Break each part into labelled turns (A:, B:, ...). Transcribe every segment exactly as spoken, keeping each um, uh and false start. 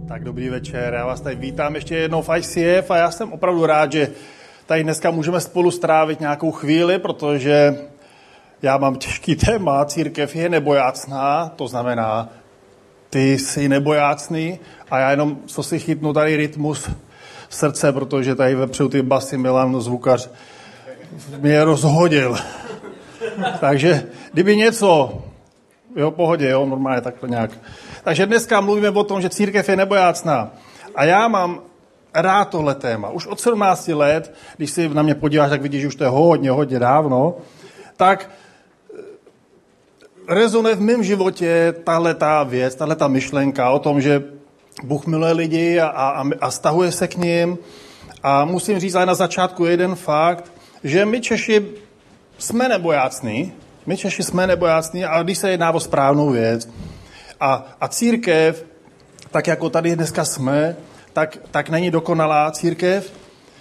A: Tak dobrý večer, já vás tady vítám ještě jednou v I C F a já jsem opravdu rád, že tady dneska můžeme spolu strávit nějakou chvíli, protože já mám těžký téma, církev je nebojácná, to znamená, ty jsi nebojácný a já jenom, co si chytnu tady rytmus srdce, protože tady vepředu ty basy Milan, zvukař, mě rozhodil. Takže kdyby něco, jo, pohodě, jo, normálně takhle nějak. Takže dneska mluvíme o tom, že církev je nebojácná. A já mám rád tohle téma. Už od sedmnácti let, když si na mě podíváš, tak vidíš, že už to je hodně, hodně dávno, tak rezonuje v mém životě tahleta věc, tahleta myšlenka o tom, že Bůh miluje lidi a, a, a stahuje se k nim. A musím říct ale na začátku jeden fakt, že my Češi jsme nebojácní, my Češi jsme nebojácní, a když se jedná o správnou věc, a, a církev, tak jako tady dneska jsme, tak, tak není dokonalá církev.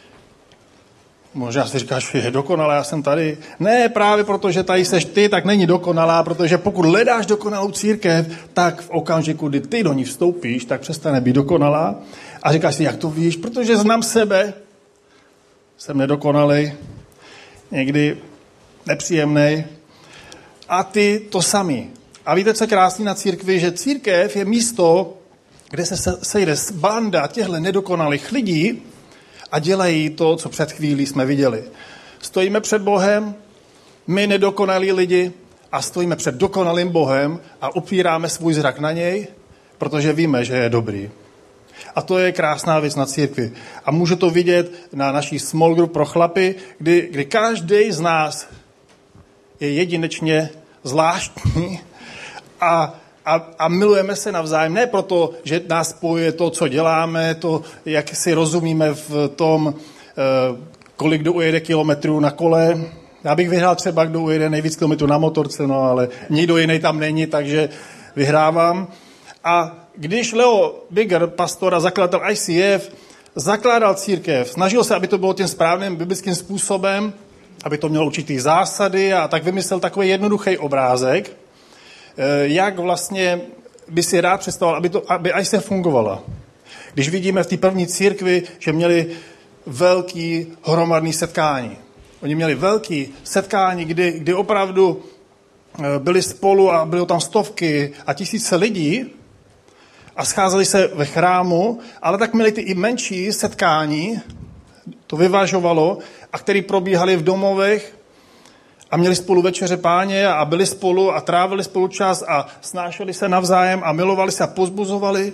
A: Možná si říkáš, že je dokonalá, já jsem tady. Ne, právě protože tady seš ty, tak není dokonalá, protože pokud hledáš dokonalou církev, tak v okamžiku, kdy ty do ní vstoupíš, tak přestane být dokonalá. A říkáš si, jak to víš? Protože znám sebe, jsem nedokonalý, někdy nepříjemnej, a ty to samý. A víte, co je krásný na církvi, že církev je místo, kde se sejde banda těchto nedokonalých lidí a dělají to, co před chvílí jsme viděli. Stojíme před Bohem, my nedokonalí lidi, a stojíme před dokonalým Bohem a upíráme svůj zrak na něj, protože víme, že je dobrý. A to je krásná věc na církvi. A může to vidět na naší small group pro chlapy, kdy, kdy každý z nás je jedinečně zvláštní a, a, a milujeme se navzájem. Ne proto, že nás spojuje to, co děláme, to, jak si rozumíme v tom, kolik kdo ujede kilometrů na kole. Já bych vyhrál třeba, kdo ujede nejvíc kilometrů na motorce, no ale nikdo jiný tam není, takže vyhrávám. A když Leo Bigger, pastor a zakladatel I C F, zakládal církev, snažil se, aby to bylo tím správným biblickým způsobem, aby to mělo určitý zásady, a tak vymyslel takový jednoduchý obrázek, jak vlastně by si rád představoval, aby, to, aby I C F fungovala. Když vidíme v té první církvi, že měli velký hromadný setkání. Oni měli velký setkání, kdy, kdy opravdu byli spolu a byly tam stovky a tisíce lidí a scházeli se ve chrámu, ale tak měli ty i menší setkání, to vyvažovalo, a který probíhali v domovech a měli spolu večeře Páně a byli spolu a trávili spolu čas a snášeli se navzájem a milovali se a pozbuzovali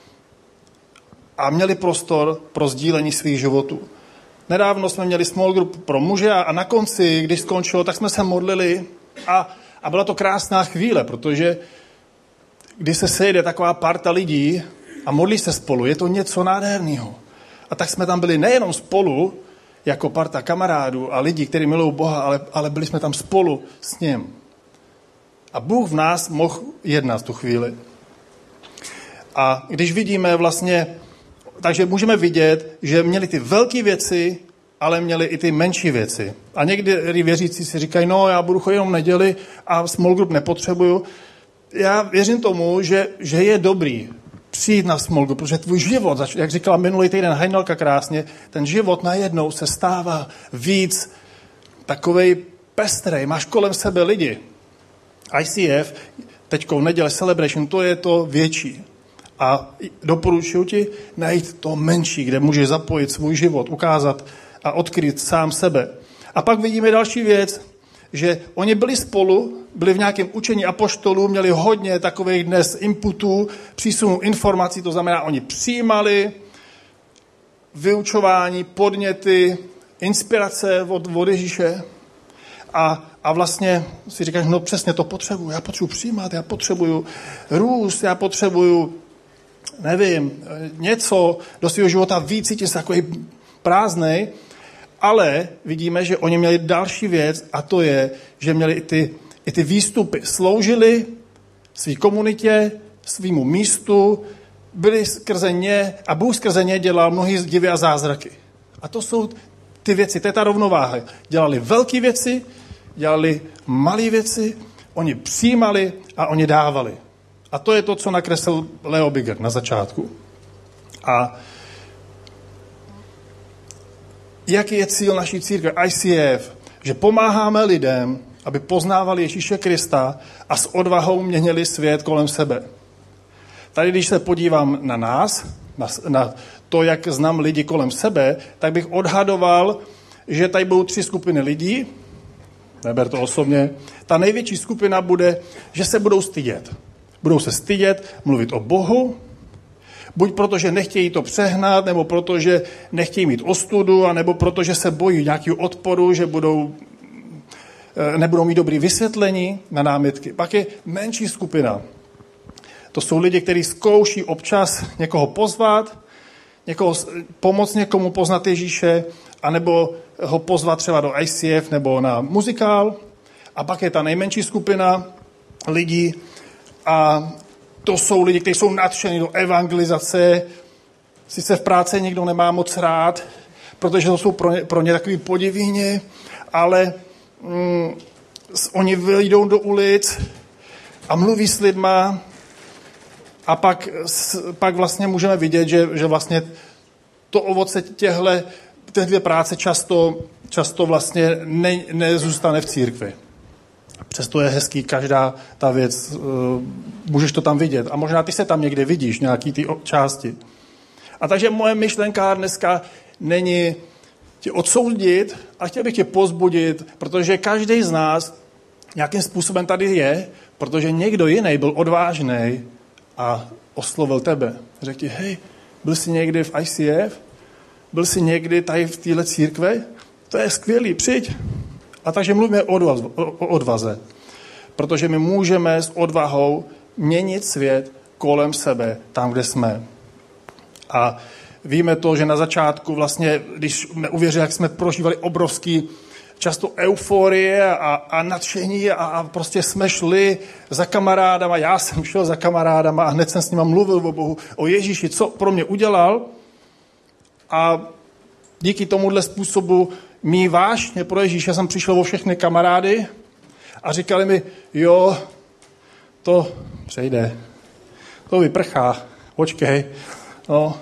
A: a měli prostor pro sdílení svých životů. Nedávno jsme měli small group pro muže a na konci, když skončilo, tak jsme se modlili a, a byla to krásná chvíle, protože když se sejde taková parta lidí a modlí se spolu, je to něco nádherného. A tak jsme tam byli nejenom spolu, jako parta kamarádů a lidí, kteří milují Boha, ale, ale byli jsme tam spolu s ním. A Bůh v nás mohl jednat v tu chvíli. A když vidíme vlastně, takže můžeme vidět, že měli ty velké věci, ale měli i ty menší věci. A někdy věřící si říkají, no já budu chodit jenom v neděli a small group nepotřebuju. Já věřím tomu, že, že je dobrý přijít na small group, protože tvůj život, jak říkala minulý týden Heinelka krásně, ten život najednou se stává víc takovej pestrej. Máš kolem sebe lidi. I C F, teďko v neděli Celebration, to je to větší. A doporučuji ti najít to menší, kde můžeš zapojit svůj život, ukázat a odkryt sám sebe. A pak vidíme další věc, že oni byli spolu, byli v nějakém učení apoštolů, měli hodně takových dnes inputů, přísunu informací, to znamená, oni přijímali vyučování, podněty, inspirace od, od Ježíše a, a vlastně si říkáš, no přesně to potřebuju, já potřebuji přijímat, já potřebuju růst, já potřebuju, nevím, něco do svého života víc, cítím se takový prázdnej. Ale vidíme, že oni měli další věc a to je, že měli i ty, i ty výstupy. Sloužili své komunitě, svýmu místu, byli skrze ně a Bůh skrze ně dělal mnohé divy a zázraky. A to jsou ty věci, to je ta rovnováha. Dělali velké věci, dělali malé věci, oni přijímali a oni dávali. A to je to, co nakreslil Leo Bigger na začátku. A jaký je cíl naší církve I C F? Že pomáháme lidem, aby poznávali Ježíše Krista a s odvahou měnili svět kolem sebe. Tady, když se podívám na nás, na, na to, jak znám lidi kolem sebe, tak bych odhadoval, že tady budou tři skupiny lidí, neber to osobně. Ta největší skupina bude, že se budou stydět. Budou se stydět, mluvit o Bohu, buď proto, že nechtějí to přehnat, nebo proto, že nechtějí mít ostudu, anebo proto, že se bojí nějakého odporu, že budou, nebudou mít dobré vysvětlení na námitky. Pak je menší skupina. To jsou lidi, kteří zkouší občas někoho pozvat, někoho, pomoct někomu poznat Ježíše, anebo ho pozvat třeba do I C F nebo na muzikál. A pak je ta nejmenší skupina lidí a to jsou lidi, kteří jsou nadšení do evangelizace. Sice v práci někdo nemá moc rád, protože to jsou pro ně, pro ně takový podivíni, ale mm, oni vyjdou do ulic a mluví s lidma a pak, pak vlastně můžeme vidět, že, že vlastně to ovoce těhle, těhle práce často, často vlastně ne, nezůstane v církvi. Přesto je hezký každá ta věc, můžeš to tam vidět. A možná ty se tam někde vidíš, nějaký ty části. A takže moje myšlenka dneska není tě odsoudit, a chtěl bych tě pozbudit, protože každý z nás nějakým způsobem tady je, protože někdo jiný byl odvážný a oslovil tebe. Řekl ti, hej, byl jsi někdy v I C F? Byl jsi někdy tady v téhle církve? To je skvělý, přijď. A takže mluvíme o odvaze, protože my můžeme s odvahou měnit svět kolem sebe, tam, kde jsme. A víme to, že na začátku vlastně, když jsme uvěřili, jak jsme prožívali obrovský často euforie a, a nadšení a, a prostě jsme šli za kamarádama, já jsem šel za kamarádama a hned jsem s nima mluvil o Bohu, o Ježíši, co pro mě udělal. A díky tomuhle způsobu mý vášně pro Ježíše jsem přišel o všechny kamarády a říkali mi, jo, to přejde, to vyprchá, počkej, no,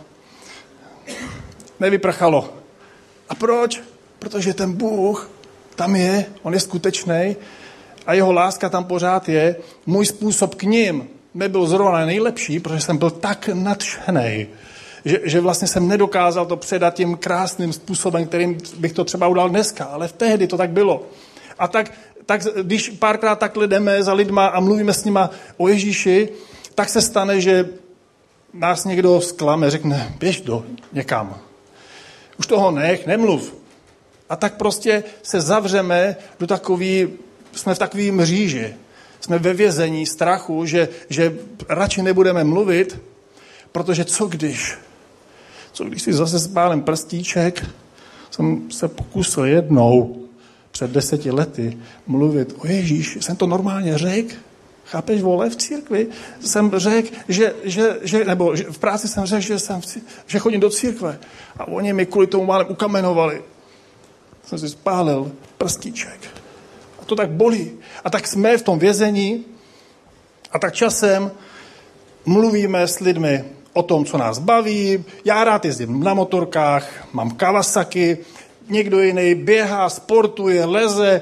A: nevyprchalo. A proč? Protože ten Bůh tam je, on je skutečný a jeho láska tam pořád je. Můj způsob k ním nebyl zrovna nejlepší, protože jsem byl tak nadšený, že, že vlastně jsem nedokázal to předat tím krásným způsobem, kterým bych to třeba udal dneska, ale v tehdy to tak bylo. A tak, tak když párkrát takhle jdeme za lidma a mluvíme s nima o Ježíši, tak se stane, že nás někdo zklame, řekne, běž do někam. Už toho nech, nemluv. A tak prostě se zavřeme do takový, jsme v takový mříži. Jsme ve vězení strachu, že, že radši nebudeme mluvit, protože co když? Co když si zase spálem prstíček? Jsem se pokusil jednou před deseti lety mluvit o Ježíši. Jsem to normálně řekl. Chápeš, vole, v církvi jsem řekl, že, že, že nebo že v práci jsem řekl, že, jsem, že chodím do církve. A oni mi kvůli tomu málem ukamenovali. Jsem si spálil prstíček. A to tak bolí. A tak jsme v tom vězení a tak časem mluvíme s lidmi o tom, co nás baví. Já rád jezdím na motorkách, mám Kawasaki, někdo jiný běhá, sportuje, leze,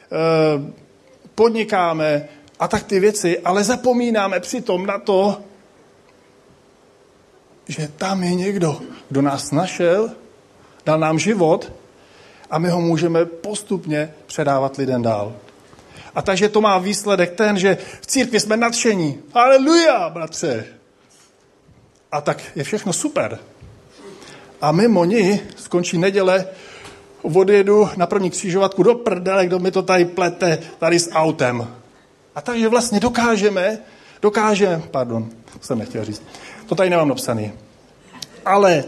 A: podnikáme a tak ty věci, ale zapomínáme přitom na to, že tam je někdo, kdo nás našel, dal nám život a my ho můžeme postupně předávat lidem dál. A takže to má výsledek ten, že v církvi jsme nadšení. Haleluja, bratře. A tak je všechno super. A mimo ní skončí neděle, odjedu na první křižovatku do prdele, kdo mi to tady plete tady s autem. A takže vlastně dokážeme, dokážeme, pardon, to jsem nechtěl říct, to tady nemám napsaný. Ale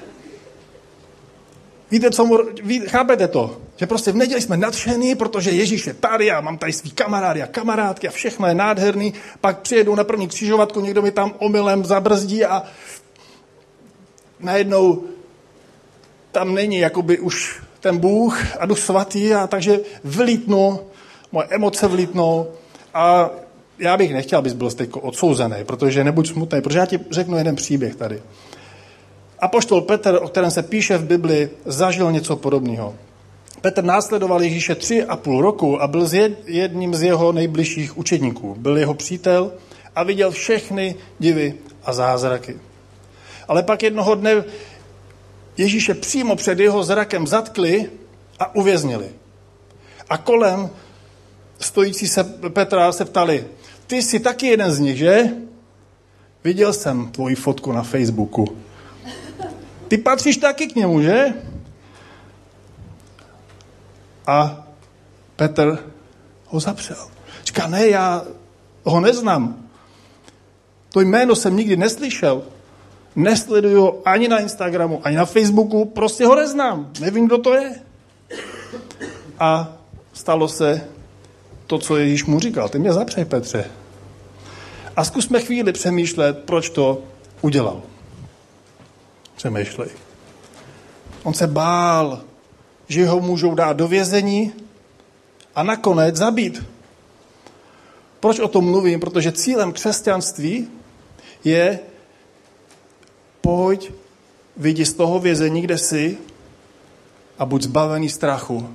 A: víte, co mu, ví, chápete to? Že prostě v neděli jsme nadšení, protože Ježíš je tady a mám tady svý kamarády a kamarádky a všechno je nádherný. Pak přijedu na první křižovatku, někdo mi tam omylem zabrzdí a najednou tam není jakoby už ten Bůh a Duch Svatý a takže vylítnu, moje emoce vylítnou a já bych nechtěl, abys byl teď odsouzený, protože nebuď smutný, protože já ti řeknu jeden příběh tady. Apoštol Petr, o kterém se píše v Bibli, zažil něco podobného. Petr následoval Ježíše tři a půl roku a byl jedním z jeho nejbližších učedníků. Byl jeho přítel a viděl všechny divy a zázraky. Ale pak jednoho dne Ježíše přímo před jeho zrakem zatkli a uvěznili. A kolem stojící se Petra se ptali, ty jsi taky jeden z nich, že? Viděl jsem tvoji fotku na Facebooku. Ty patříš taky k němu, že? A Petr ho zapřel. Říká, ne, já ho neznám. To jméno jsem nikdy neslyšel. Nesleduju ho ani na Instagramu, ani na Facebooku, prostě ho neznám. Nevím, kdo to je. A stalo se to, co Ježíš mu říkal. Ty mě zapřej, Petře. A zkusme chvíli přemýšlet, proč to udělal. Přemýšlej. On se bál, že ho můžou dát do vězení a nakonec zabít. Proč o tom mluvím? Protože cílem křesťanství je pojď, vyjdi z toho vězení, kde jsi a buď zbavený strachu.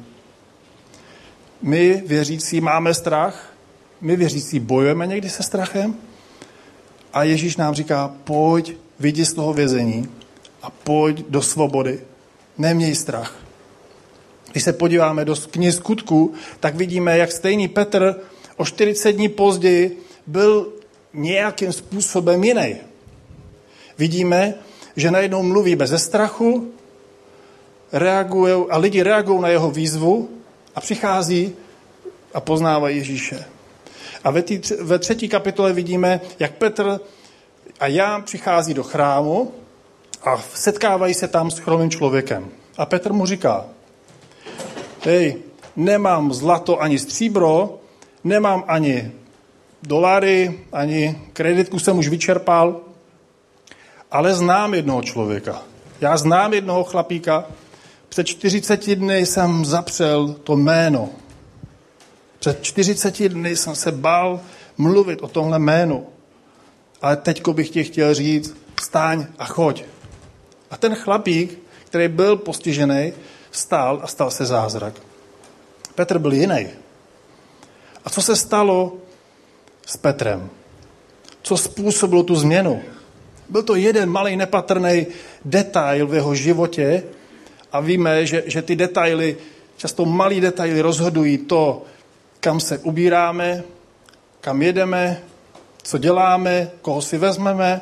A: My, věřící, máme strach, my, věřící, bojujeme někdy se strachem a Ježíš nám říká, pojď, vyjdi z toho vězení a pojď do svobody. Neměj strach. Když se podíváme do knih Skutků, tak vidíme, jak stejný Petr o čtyřicet dní později byl nějakým způsobem jiný. Vidíme, že najednou mluví bez strachu, reagují a lidi reagují na jeho výzvu a přichází a poznávají Ježíše. A ve, tý, ve třetí kapitole vidíme, jak Petr a Jan přichází do chrámu a setkávají se tam s chromým člověkem. A Petr mu říká, hej, nemám zlato ani stříbro, nemám ani dolary, ani kreditku jsem už vyčerpal, ale znám jednoho člověka. Já znám jednoho chlapíka, před čtyřiceti dny jsem zapřel to jméno. Před čtyřiceti dny jsem se bál mluvit o tomhle jménu. Ale teďko bych ti chtěl říct, vstaň a choď. A ten chlapík, který byl postižený, stál a stal se zázrak. Petr byl jiný. A co se stalo s Petrem? Co způsobilo tu změnu? Byl to jeden malý nepatrný detail v jeho životě a víme, že, že ty detaily, často malý detaily rozhodují to, kam se ubíráme, kam jedeme, co děláme, koho si vezmeme.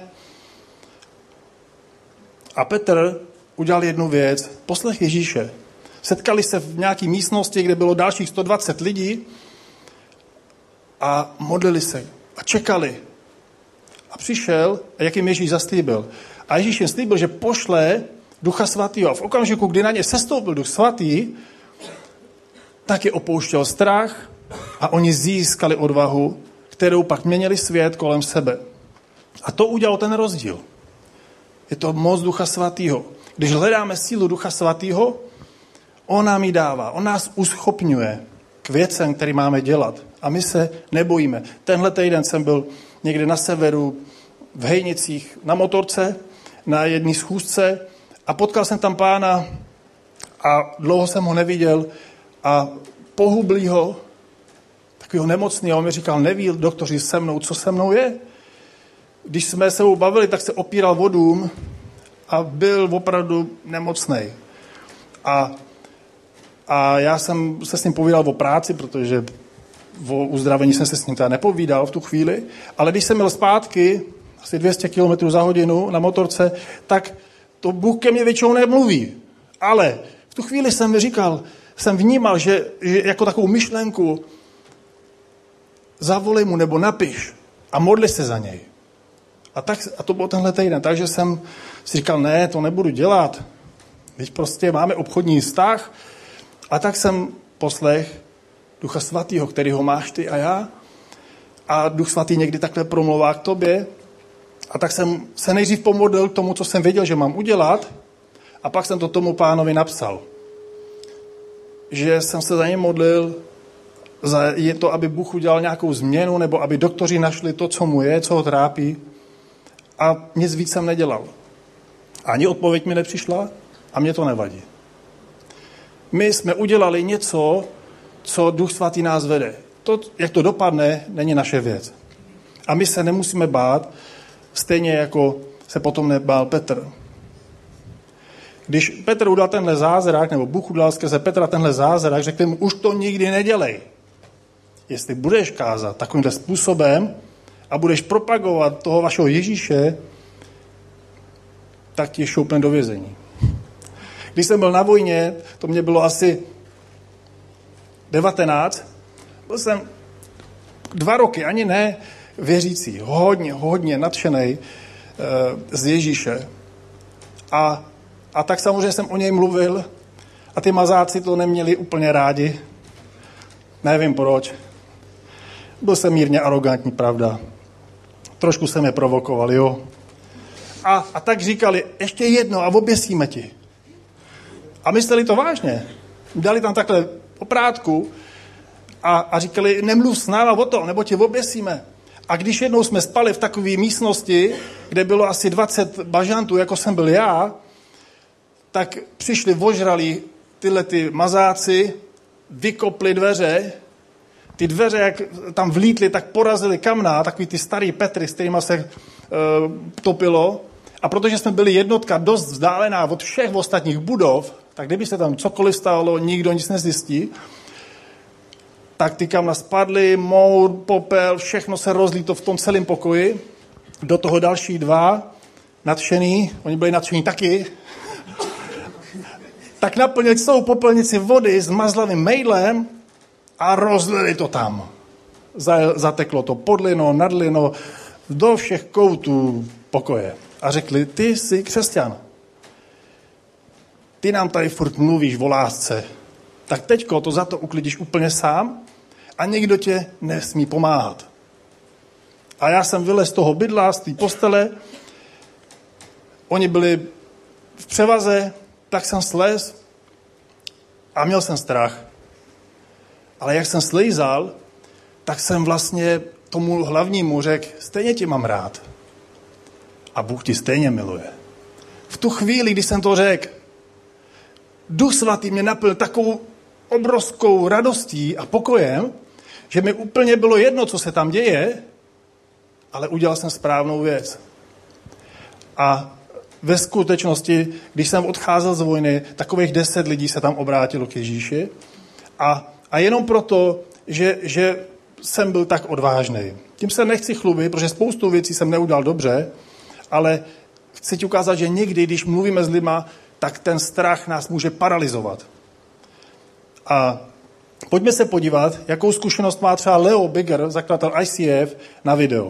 A: A Petr udělal jednu věc, poslech Ježíše. Setkali se v nějaké místnosti, kde bylo dalších sto dvacet lidí a modlili se a čekali. A přišel a jak jim Ježíš zaslíbil. A Ježíš jim slíbil, že pošle Ducha Svatého. A v okamžiku, kdy na ně sestoupil Duch Svatý, tak je opouštěl strach a oni získali odvahu, kterou pak měnili svět kolem sebe. A to udělal ten rozdíl. Je to moc Ducha Svatého. Když hledáme sílu Ducha Svatého, on nám ji dává, on nás uschopňuje k věcem, který máme dělat. A my se nebojíme. Tenhle týden jsem byl někde na severu, v Hejnicích, na motorce, na jedné schůzce a potkal jsem tam pána a dlouho jsem ho neviděl a pohublí ho, takovýho nemocného. On mi říkal, neví doktoři se mnou, co se mnou je. Když jsme se bavili, tak se opíral o dům a byl opravdu nemocný. A, a já jsem se s ním povídal o práci, protože o uzdravení jsem se s ním teda nepovídal v tu chvíli, ale když jsem měl zpátky, asi dvě stě kilometrů za hodinu na motorce, tak to Bůh ke mně většinou nemluví. Ale v tu chvíli jsem říkal, jsem vnímal, že, že jako takovou myšlenku zavolej mu nebo napiš a modli se za něj. A, tak, a to byl tenhle týden, takže jsem si říkal, ne, to nebudu dělat. Teď prostě máme obchodní vztah. A tak jsem poslech Ducha Svatého, kterýho máš ty a já. A Duch Svatý někdy takhle promluvá k tobě. A tak jsem se nejdřív pomodlil k tomu, co jsem věděl, že mám udělat. A pak jsem to tomu pánovi napsal. Že jsem se za ně modlil, za je to, aby Bůh udělal nějakou změnu, nebo aby doktoři našli to, co mu je, co ho trápí. A nic víc jsem nedělal. Ani odpověď mi nepřišla a mě to nevadí. My jsme udělali něco, co Duch Svatý nás vede. To, jak to dopadne, není naše věc. A my se nemusíme bát, stejně jako se potom nebál Petr. Když Petr udal tenhle zázrak, nebo Bůh udal skrze Petra tenhle zázrak, řekl mu, už to nikdy nedělej. Jestli budeš kázat takovýmhle způsobem a budeš propagovat toho vašeho Ježíše, tak tě šoupne do vězení. Když jsem byl na vojně, to mě bylo asi devatenáct, byl jsem dva roky, ani ne věřící, hodně, hodně nadšenej z Ježíše. A, a tak samozřejmě jsem o něj mluvil a ty mazáci to neměli úplně rádi. Nevím proč. Byl jsem mírně arrogantní, pravda. Trošku jsem je provokoval, jo. A, a tak říkali, ještě jedno a oběsíme ti. A mysleli to vážně. Dali tam takhle oprátku a, a říkali, nemluv s náma o tom, nebo tě oběsíme. A když jednou jsme spali v takové místnosti, kde bylo asi dvacet bažantů, jako jsem byl já, tak přišli, ožrali tyhle ty mazáci, vykopli dveře, ty dveře, jak tam vlítly, tak porazili kamna, takový ty starý Petry, s kterýma se uh, topilo. A protože jsme byli jednotka dost vzdálená od všech ostatních budov, tak kdyby se tam cokoliv stalo, nikdo nic nezjistí, tak ty kamna spadly, mour, popel, všechno se rozlítlo v tom celém pokoji. Do toho další dva, nadšený, oni byli nadšení taky, tak naplnili celou popelnici vody s mazlavým mejdlem a rozlili to tam. Zateklo to podlino, nadlino, do všech koutů pokoje. A řekli, ty jsi křesťan. Ty nám tady furt mluvíš o lásce. Tak teďko to za to uklidíš úplně sám a nikdo tě nesmí pomáhat. A já jsem vylez z toho bydla, z té postele. Oni byli v převaze, tak jsem slez a měl jsem strach. Ale jak jsem slízal, tak jsem vlastně tomu hlavnímu řekl, stejně tě mám rád. A Bůh ti stejně miluje. V tu chvíli, kdy jsem to řekl, Duch Svatý mě naplnil takovou obrovskou radostí a pokojem, že mi úplně bylo jedno, co se tam děje, ale udělal jsem správnou věc. A ve skutečnosti, když jsem odcházel z vojny, takových deset lidí se tam obrátilo k Ježíši. A, a jenom proto, že, že jsem byl tak odvážný. Tím se nechci chlubit, protože spoustu věcí jsem neudělal dobře, ale chci ti ukázat, že někdy, když mluvíme s lidma, tak ten strach nás může paralyzovat. A pojďme se podívat, jakou zkušenost má třeba Leo Bigger, zakladatel I C F, na video.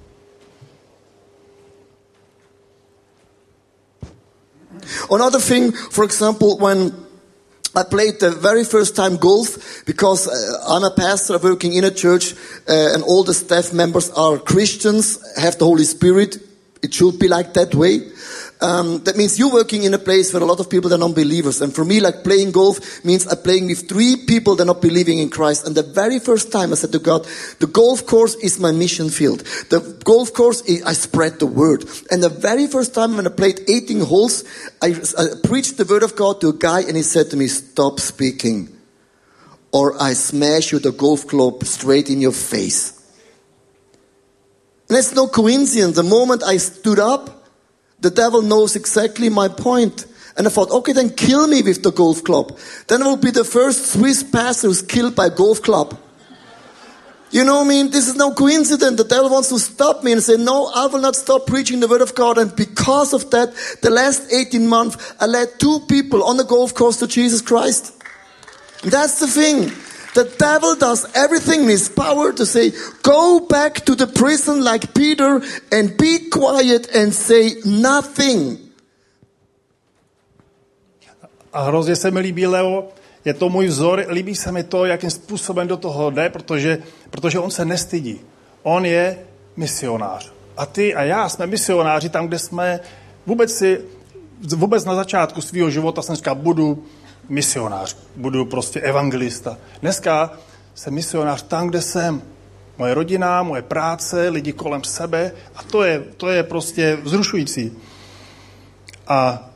B: Another thing, for example, when I played the very first time golf, because uh, I'm a pastor working in a church, uh, and all the staff members are Christians, have the Holy Spirit. It should be like that way. Um, that means you're working in a place where a lot of people are non-believers. And for me, like playing golf means I'm playing with three people that are not believing in Christ. And the very first time I said to God, the golf course is my mission field. The golf course, is, I spread the word. And the very first time when I played eighteen holes, I, I preached the word of God to a guy and he said to me, stop speaking or I smash you the golf club straight in your face. And it's no coincidence. The moment I stood up, the devil knows exactly my point. And I thought, okay, then kill me with the golf club. Then I will be the first Swiss pastor who's killed by a golf club. You know what I mean? This is no coincidence. The devil wants to stop me and say, no, I will not stop preaching the word of God. And because of that, the last eighteen months, I led two people on the golf course to Jesus Christ. And that's the thing. The devil does everything in his power to say, go back to the prison like Peter and be quiet and say nothing.
A: A hrozně se mi líbí Leo, je to můj vzor, líbí se mi to, jakým způsobem do toho jde, protože, protože on se nestydí. On je misionář. A ty a já jsme misionáři tam, kde jsme vůbec si, vůbec na začátku svého života jsem říkal, budu misionář, budu prostě evangelista. Dneska jsem misionář tam, kde jsem. Moje rodina, moje práce, lidi kolem sebe a to je, to je prostě vzrušující. A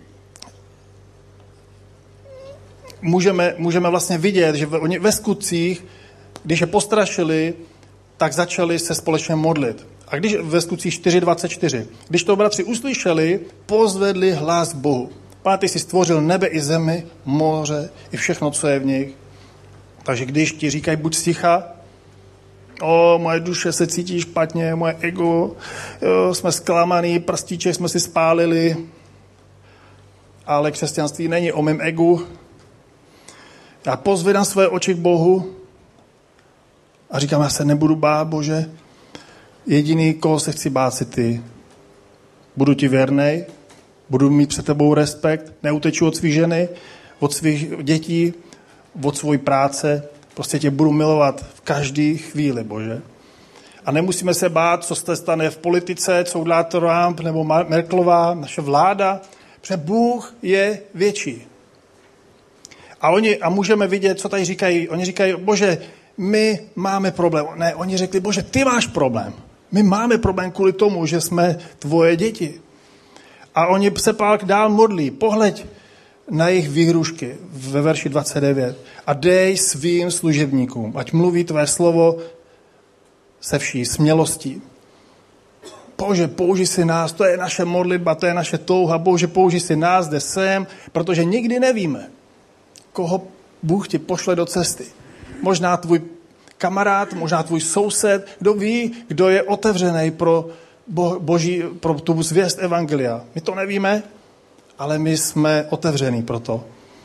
A: můžeme, můžeme vlastně vidět, že oni ve skutcích, když je postrašili, tak začali se společně modlit. A když ve skutcích čtyři dvacet čtyři, když to bratři uslyšeli, pozvedli hlas Bohu. Pane, ty jsi stvořil nebe i zemi, moře i všechno, co je v nich. Takže když ti říkají, buď sticha, o, moje duše se cítí špatně, moje ego, jo, jsme zklamaný, prstíček jsme si spálili, ale křesťanství není o mém egu. Já pozvedám své oči k Bohu a říkám, já se nebudu bát, Bože. Jediný, koho se chci bát, si ty. Budu ti věrnej, budu mít před tebou respekt, neuteču od svých ženy, od svých dětí, od své práce. Prostě tě budu milovat v každé chvíli, Bože. A nemusíme se bát, co se stane v politice, co udělá Trump nebo Merkelová, naše vláda, protože Bůh je větší. A, oni, a můžeme vidět, co tady říkají. Oni říkají, Bože, my máme problém. Ne, oni řekli, Bože, ty máš problém. My máme problém kvůli tomu, že jsme tvoje děti. A oni se pak dál modlí. Pohleď na jejich výhrušky ve verši dvacet devět. A dej svým služebníkům, ať mluví tvé slovo se vší smělostí. Bože, použij si nás, to je naše modlitba, to je naše touha. Bože, použij si nás, zde sem, protože nikdy nevíme, koho Bůh ti pošle do cesty. Možná tvůj kamarád, možná tvůj soused, kdo ví, kdo je otevřený pro, bo, boží, pro tu zvěst evangelia. My to nevíme, ale my jsme otevření pro to.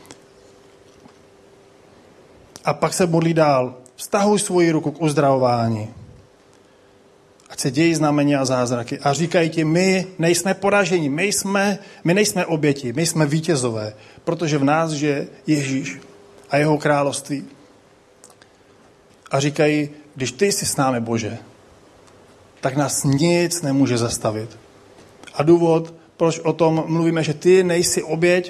A: A pak se modlí dál. Vztahuj svoji ruku k uzdravování. Ať se dějí znamení a zázraky. A říkají ti, my nejsme poražení, my, jsme, my nejsme oběti, my jsme vítězové, protože v nás žije Ježíš a jeho království. A říkají, když ty jsi s námi, Bože, tak nás nic nemůže zastavit. A důvod, proč o tom mluvíme, že ty nejsi oběť,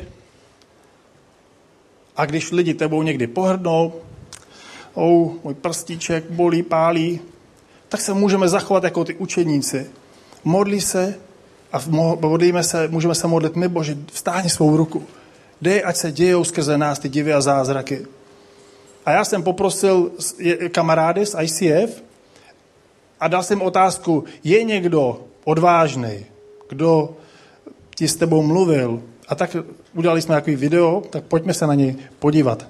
A: a když lidi tebou někdy pohrdnou, ou, můj prstíček bolí, pálí, tak se můžeme zachovat jako ty učedníci. Modlí se a modlíme se, můžeme se modlit my, Bože, vstáhni svou ruku. Dej, ať se dějou skrze nás ty divy a zázraky. A já jsem poprosil kamarády z I C F a dal jsem otázku, je někdo odvážný, kdo ti s tebou mluvil? A tak udělali jsme takový video, tak pojďme se na něj podívat.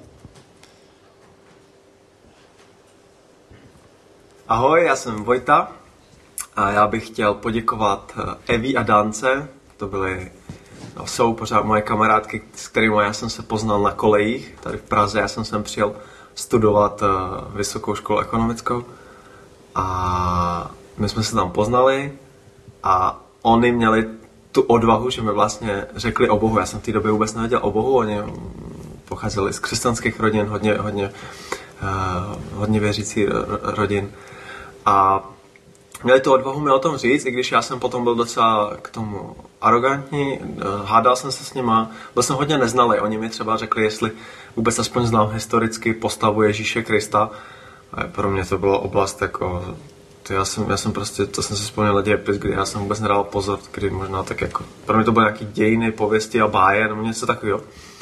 C: Ahoj, já jsem Vojta a já bych chtěl poděkovat Evi a Dance. To byly, no, jsou pořád moje kamarádky, s kterými já jsem se poznal na kolejích tady v Praze. Já jsem sem přijel studovat uh, vysokou školu ekonomickou a my jsme se tam poznali a oni měli tu odvahu, že mi vlastně řekli o Bohu. Já jsem v té době vůbec nevěděl o Bohu, oni pocházeli z křesťanských rodin, hodně, hodně, uh, hodně věřící rodin. A měli tu odvahu mi o tom říct, i když já jsem potom byl docela k tomu arrogantní, hádal jsem se s nima, byl jsem hodně neznalý. Oni mi třeba řekli, jestli vůbec aspoň znám historicky postavu Ježíše Krista. A pro mě to byla oblast jako, to já jsem, já jsem prostě, to jsem si vzpomněl na dějepis, kdy já jsem vůbec nedal pozor, kdy možná tak jako, pro mě to byly nějaký dějiny, pověsti a báje, nebo něco takového.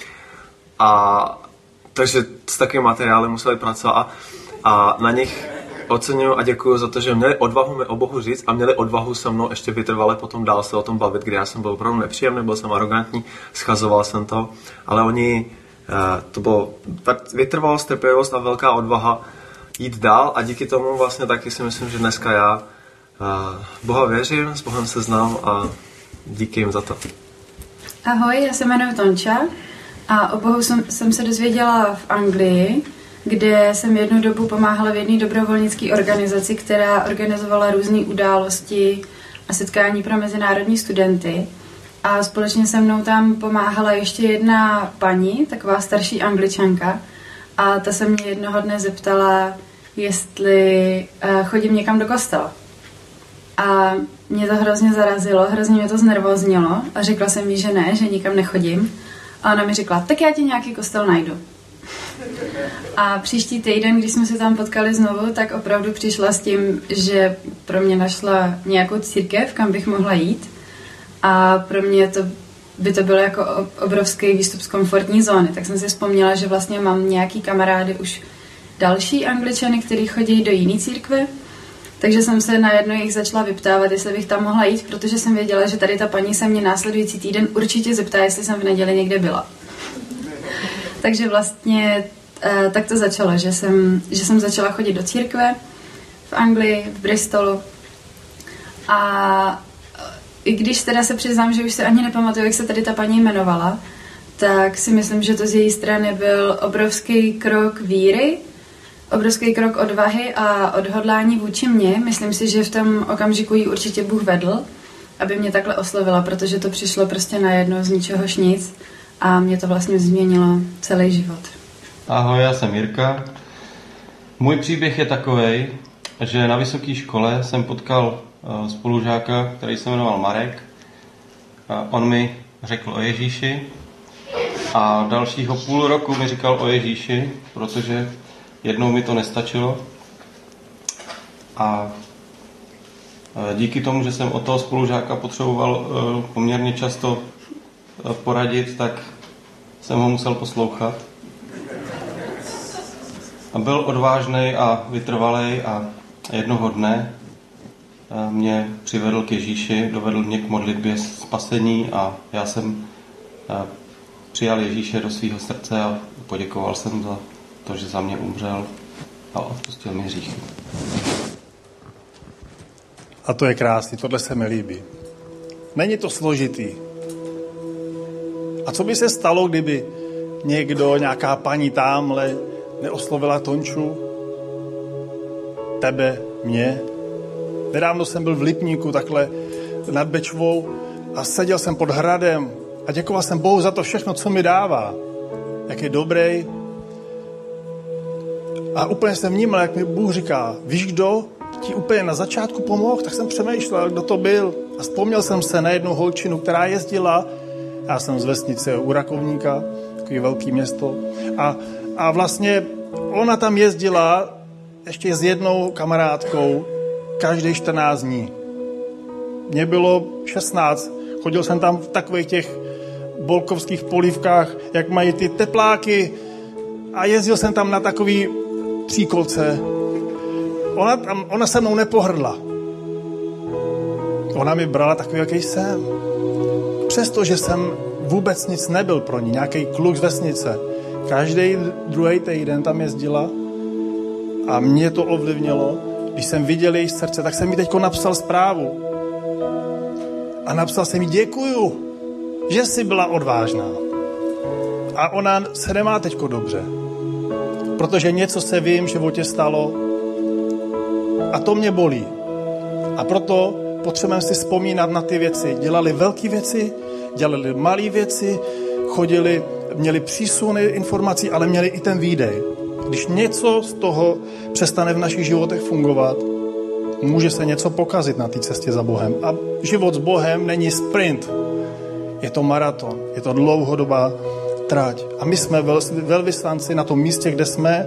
C: A takže s takovým materiálem museli pracovat a, a na nich oceňuji a děkuji za to, že měli odvahu mi o Bohu říct a měli odvahu se mnou ještě vytrvale potom dál se o tom bavit, kdy já jsem byl opravdu nepříjemný, byl jsem arrogantní, schazoval jsem to, ale oni, to bylo vytrvalost, trpělivost a velká odvaha jít dál a díky tomu vlastně taky si myslím, že dneska já Boha věřím, s Bohem se znám a díky jim za to.
D: Ahoj, já se jmenuji Tonča a o Bohu jsem, jsem se dozvěděla v Anglii, kde jsem jednu dobu pomáhala v jedné dobrovolnické organizaci, která organizovala různé události a setkání pro mezinárodní studenty. A společně se mnou tam pomáhala ještě jedna paní, taková starší Angličanka. A ta se mě jednoho dne zeptala, jestli uh, chodím někam do kostela. A mě to hrozně zarazilo, hrozně mě to znervoznilo a řekla jsem jí, že ne, že nikam nechodím. A ona mi řekla, tak já ti nějaký kostel najdu. A příští týden, když jsme se tam potkali znovu, tak opravdu přišla s tím, že pro mě našla nějakou církev, kam bych mohla jít. A pro mě to by to bylo jako obrovský výstup z komfortní zóny. Tak jsem si vzpomněla, že vlastně mám nějaký kamarády už další Angličany, kteří chodí do jiné církve. Takže jsem se najednou jich začala vyptávat, jestli bych tam mohla jít, protože jsem věděla, že tady ta paní se mě následující týden určitě zeptá, jestli jsem v neděli někde byla. Takže vlastně eh, tak to začalo, že jsem, že jsem začala chodit do církve v Anglii, v Bristolu. A i když teda se přiznám, že už se ani nepamatuju, jak se tady ta paní jmenovala, tak si myslím, že to z její strany byl obrovský krok víry, obrovský krok odvahy a odhodlání vůči mně. Myslím si, že v tom okamžiku ji určitě Bůh vedl, aby mě takhle oslovila, protože to přišlo prostě najednou z ničehož nic a mě to vlastně změnilo celý život.
E: Ahoj, já jsem Jirka. Můj příběh je takovej, že na vysoké škole jsem potkal spolužáka, který se jmenoval Marek. On mi řekl o Ježíši a dalšího půl roku mi říkal o Ježíši, protože jednou mi to nestačilo. A díky tomu, že jsem od toho spolužáka potřeboval poměrně často poradit, tak jsem ho musel poslouchat. A byl odvážnej a vytrvalej a jednoho dne mě přivedl k Ježíši, dovedl mě k modlitbě spasení a já jsem přijal Ježíše do svého srdce a poděkoval jsem za to, že za mě umřel a odpustil mi hříchy.
A: A to je krásný, tohle se mi líbí. Není to složitý. A co by se stalo, kdyby někdo, nějaká paní támhle neoslovila Tonču, tebe, mě? Nedávno jsem byl v Lipníku, takhle nad Bečvou a seděl jsem pod hradem a děkoval jsem Bohu za to všechno, co mi dává. Jak je dobrý. A úplně jsem vnímal, jak mi Bůh říká, víš kdo ti úplně na začátku pomohl? Tak jsem přemýšlel, kdo to byl. A vzpomněl jsem se na jednu holčinu, která jezdila, já jsem z vesnice u Rakovníka, takový velký město, a, a vlastně ona tam jezdila ještě s jednou kamarádkou každý čtrnáct dní. Mně bylo šestnáct, chodil jsem tam v takových těch bolkovských polívkách, jak mají ty tepláky a jezdil jsem tam na takový tříkolce. Ona, tam, ona se mnou nepohrdla. Ona mi brala takový, jaký jsem. Přestože jsem vůbec nic nebyl pro ní, nějaký kluk z vesnice. Každý druhý týden tam jezdila a mě to ovlivnilo. Když jsem viděl její srdce, tak jsem mi teďko napsal zprávu. A napsal jsem jí děkuju, že jsi byla odvážná. A ona se nemá teďko dobře. Protože něco se v jejím životě stalo a to mě bolí. A proto potřebujeme si vzpomínat na ty věci. Dělali velké věci, dělali malé věci, chodili, měli přísuny informací, ale měli i ten výdej. Když něco z toho přestane v našich životech fungovat, může se něco pokazit na té cestě za Bohem. A život s Bohem není sprint. Je to maraton, je to dlouhodobá trať. A my jsme velvyslanci na tom místě, kde jsme.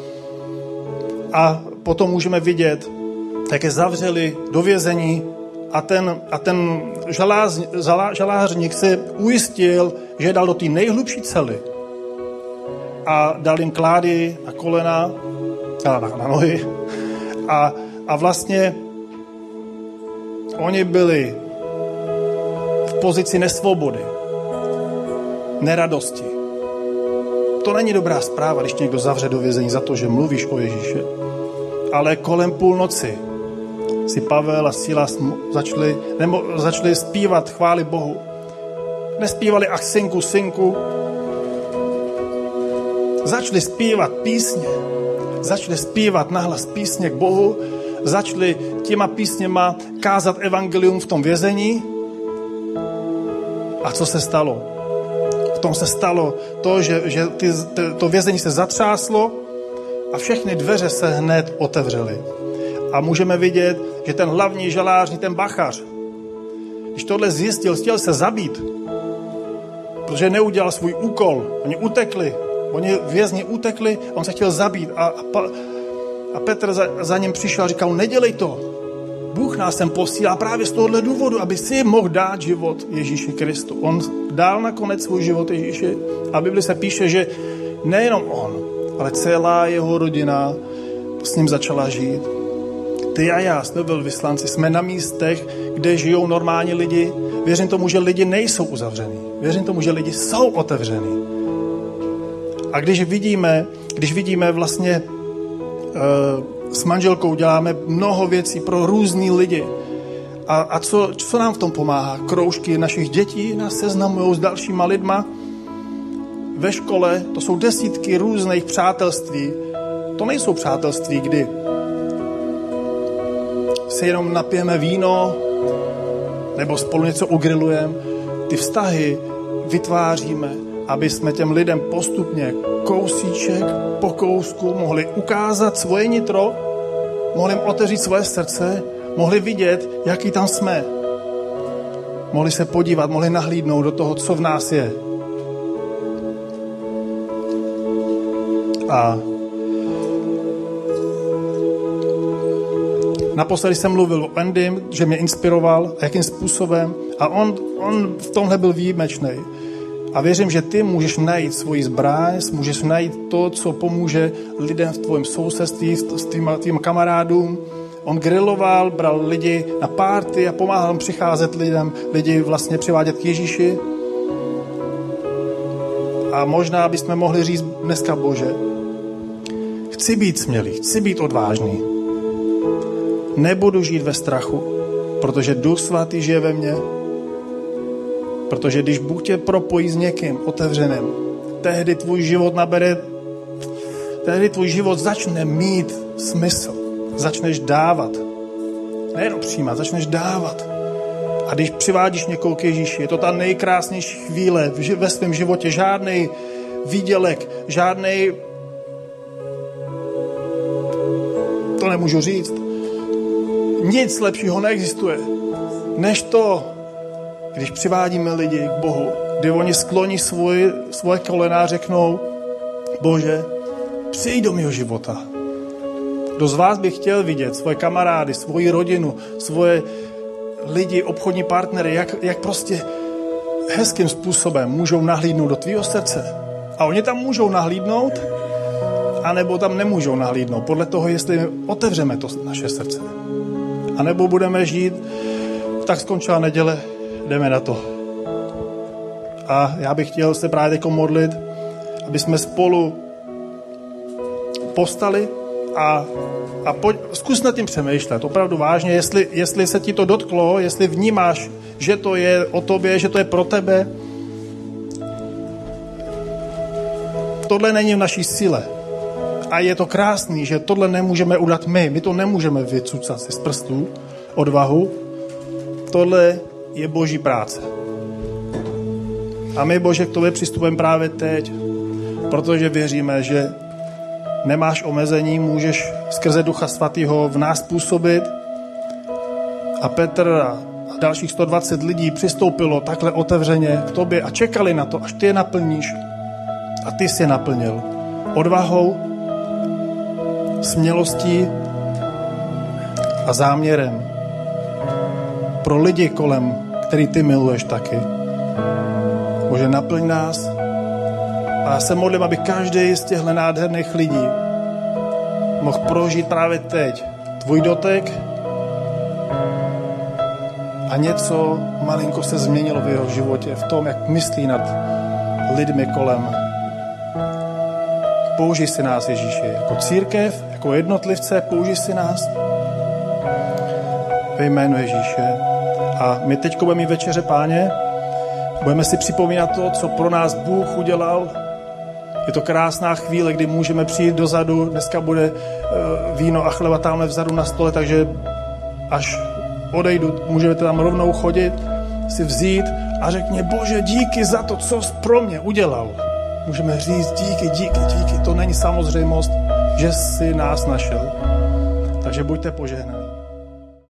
A: A potom můžeme vidět, jak je zavřeli do vězení a ten, a ten žalář, žalářník se ujistil, že je dal do té nejhlubší cely a dal jim klády na kolena, na, na nohy a, a vlastně oni byli v pozici nesvobody, neradosti. To není dobrá zpráva, když někdo zavře do vězení za to, že mluvíš o Ježíši. Ale kolem půlnoci si Pavel a Silas začali, nebo začali zpívat chvály Bohu. Nespívali ach synku, synku. Začali zpívat písně. Začali zpívat nahlas písně k Bohu. Začali těma písněma kázat evangelium v tom vězení. A co se stalo? V tom se stalo to, že, že ty, to vězení se zatřáslo a všechny dveře se hned otevřely. A můžeme vidět, že ten hlavní žalář, ten bachař, když tohle zjistil, chtěl se zabít, protože neudělal svůj úkol. Oni utekli, oni vězni utekli, on se chtěl zabít a, a, a Petr za, za ním přišel a říkal, nedělej to, Bůh nás sem posílá právě z tohohle důvodu, aby si mohl dát život Ježíši Kristu. On dal nakonec svůj život Ježíši a Bibli se píše, že nejenom on, ale celá jeho rodina s ním začala žít. Ty a já jsme byli vyslanci, jsme na místech, kde žijou normální lidi. Věřím tomu, že lidi nejsou uzavřený. Věřím tomu, že lidi jsou otevřený. A když vidíme, když vidíme vlastně uh, s manželkou děláme mnoho věcí pro různý lidi. A, a co, co nám v tom pomáhá? Kroužky našich dětí nás seznamují s dalšíma lidma. Ve škole to jsou desítky různých přátelství. To nejsou přátelství, kdy si jenom napijeme víno nebo spolu něco ugrilujeme. Ty vztahy vytváříme, aby jsme těm lidem postupně kousíček po kousku mohli ukázat svoje nitro, mohli jim otevřít svoje srdce, mohli vidět, jaký tam jsme. Mohli se podívat, mohli nahlídnout do toho, co v nás je. A naposledy jsem mluvil o Andym, že mě inspiroval a jakým způsobem. A on, on v tomhle byl výjimečný. A věřím, že ty můžeš najít svoji zbraň, můžeš najít to, co pomůže lidem v tvém sousedství, s tvýma, tvýma kamarádům. On griloval, bral lidi na párty a pomáhal jim přicházet lidem, lidi vlastně přivádět k Ježíši. A možná bychom mohli říct dneska, Bože, chci být smělý, chci být odvážný. Nebudu žít ve strachu, protože Duch Svatý žije ve mně. Protože když Bůh tě propojí s někým otevřeným, tehdy tvůj život nabere, tehdy tvůj život začne mít smysl. Začneš dávat. Nejenom přijímat, začneš dávat. A když přivádíš někoho k Ježíši, je to ta nejkrásnější chvíle ve svém životě. Žádnej výdělek, žádnej... To nemůžu říct. Nic lepšího neexistuje, než to, když přivádíme lidi k Bohu, kdy oni skloní svůj, svoje kolena a řeknou, Bože, přijď do mého života. Kdo z vás by chtěl vidět svoje kamarády, svoji rodinu, svoje lidi, obchodní partnery, jak, jak prostě hezkým způsobem můžou nahlídnout do tvýho srdce. A oni tam můžou nahlídnout, anebo tam nemůžou nahlídnout. Podle toho, jestli otevřeme to naše srdce. A nebo budeme žít, tak skončila neděle, jdeme na to. A já bych chtěl se právě jako modlit, aby jsme spolu povstali a, a pojď, zkus nad tím přemýšlet, opravdu vážně, jestli, jestli se ti to dotklo, jestli vnímáš, že to je o tobě, že to je pro tebe. Tohle není v naší síle. A je to krásný, že tohle nemůžeme udělat my. My to nemůžeme vycucat si z prstů odvahu. Tohle je Boží práce. A my, Bože, k tobě přistupujeme právě teď, protože věříme, že nemáš omezení, můžeš skrze Ducha Svatého v nás působit. A Petr a dalších sto dvacet lidí přistoupilo takhle otevřeně k tobě a čekali na to, až ty je naplníš. A ty jsi je naplnil. Odvahou, smělostí a záměrem pro lidi kolem, který ty miluješ taky. Bože, naplň nás a já se modlím, aby každý z těchto nádherných lidí mohl prožít právě teď tvůj dotek a něco malinko se změnilo v jeho životě, v tom, jak myslí nad lidmi kolem. Použij si nás, Ježíši, jako církev, jako jednotlivce, použij si nás ve jménu Ježíše. A my teď budeme mít večeře, Páně, budeme si připomínat to, co pro nás Bůh udělal. Je to krásná chvíle, kdy můžeme přijít dozadu, dneska bude víno a chleba tamhle vzadu na stole, takže až odejdu, můžeme tam rovnou chodit, si vzít a řekni, Bože, díky za to, co jsi pro mě udělal. Můžeme říct díky, díky, díky. To není samozřejmost, že jsi nás našel. Takže buďte požehnaní.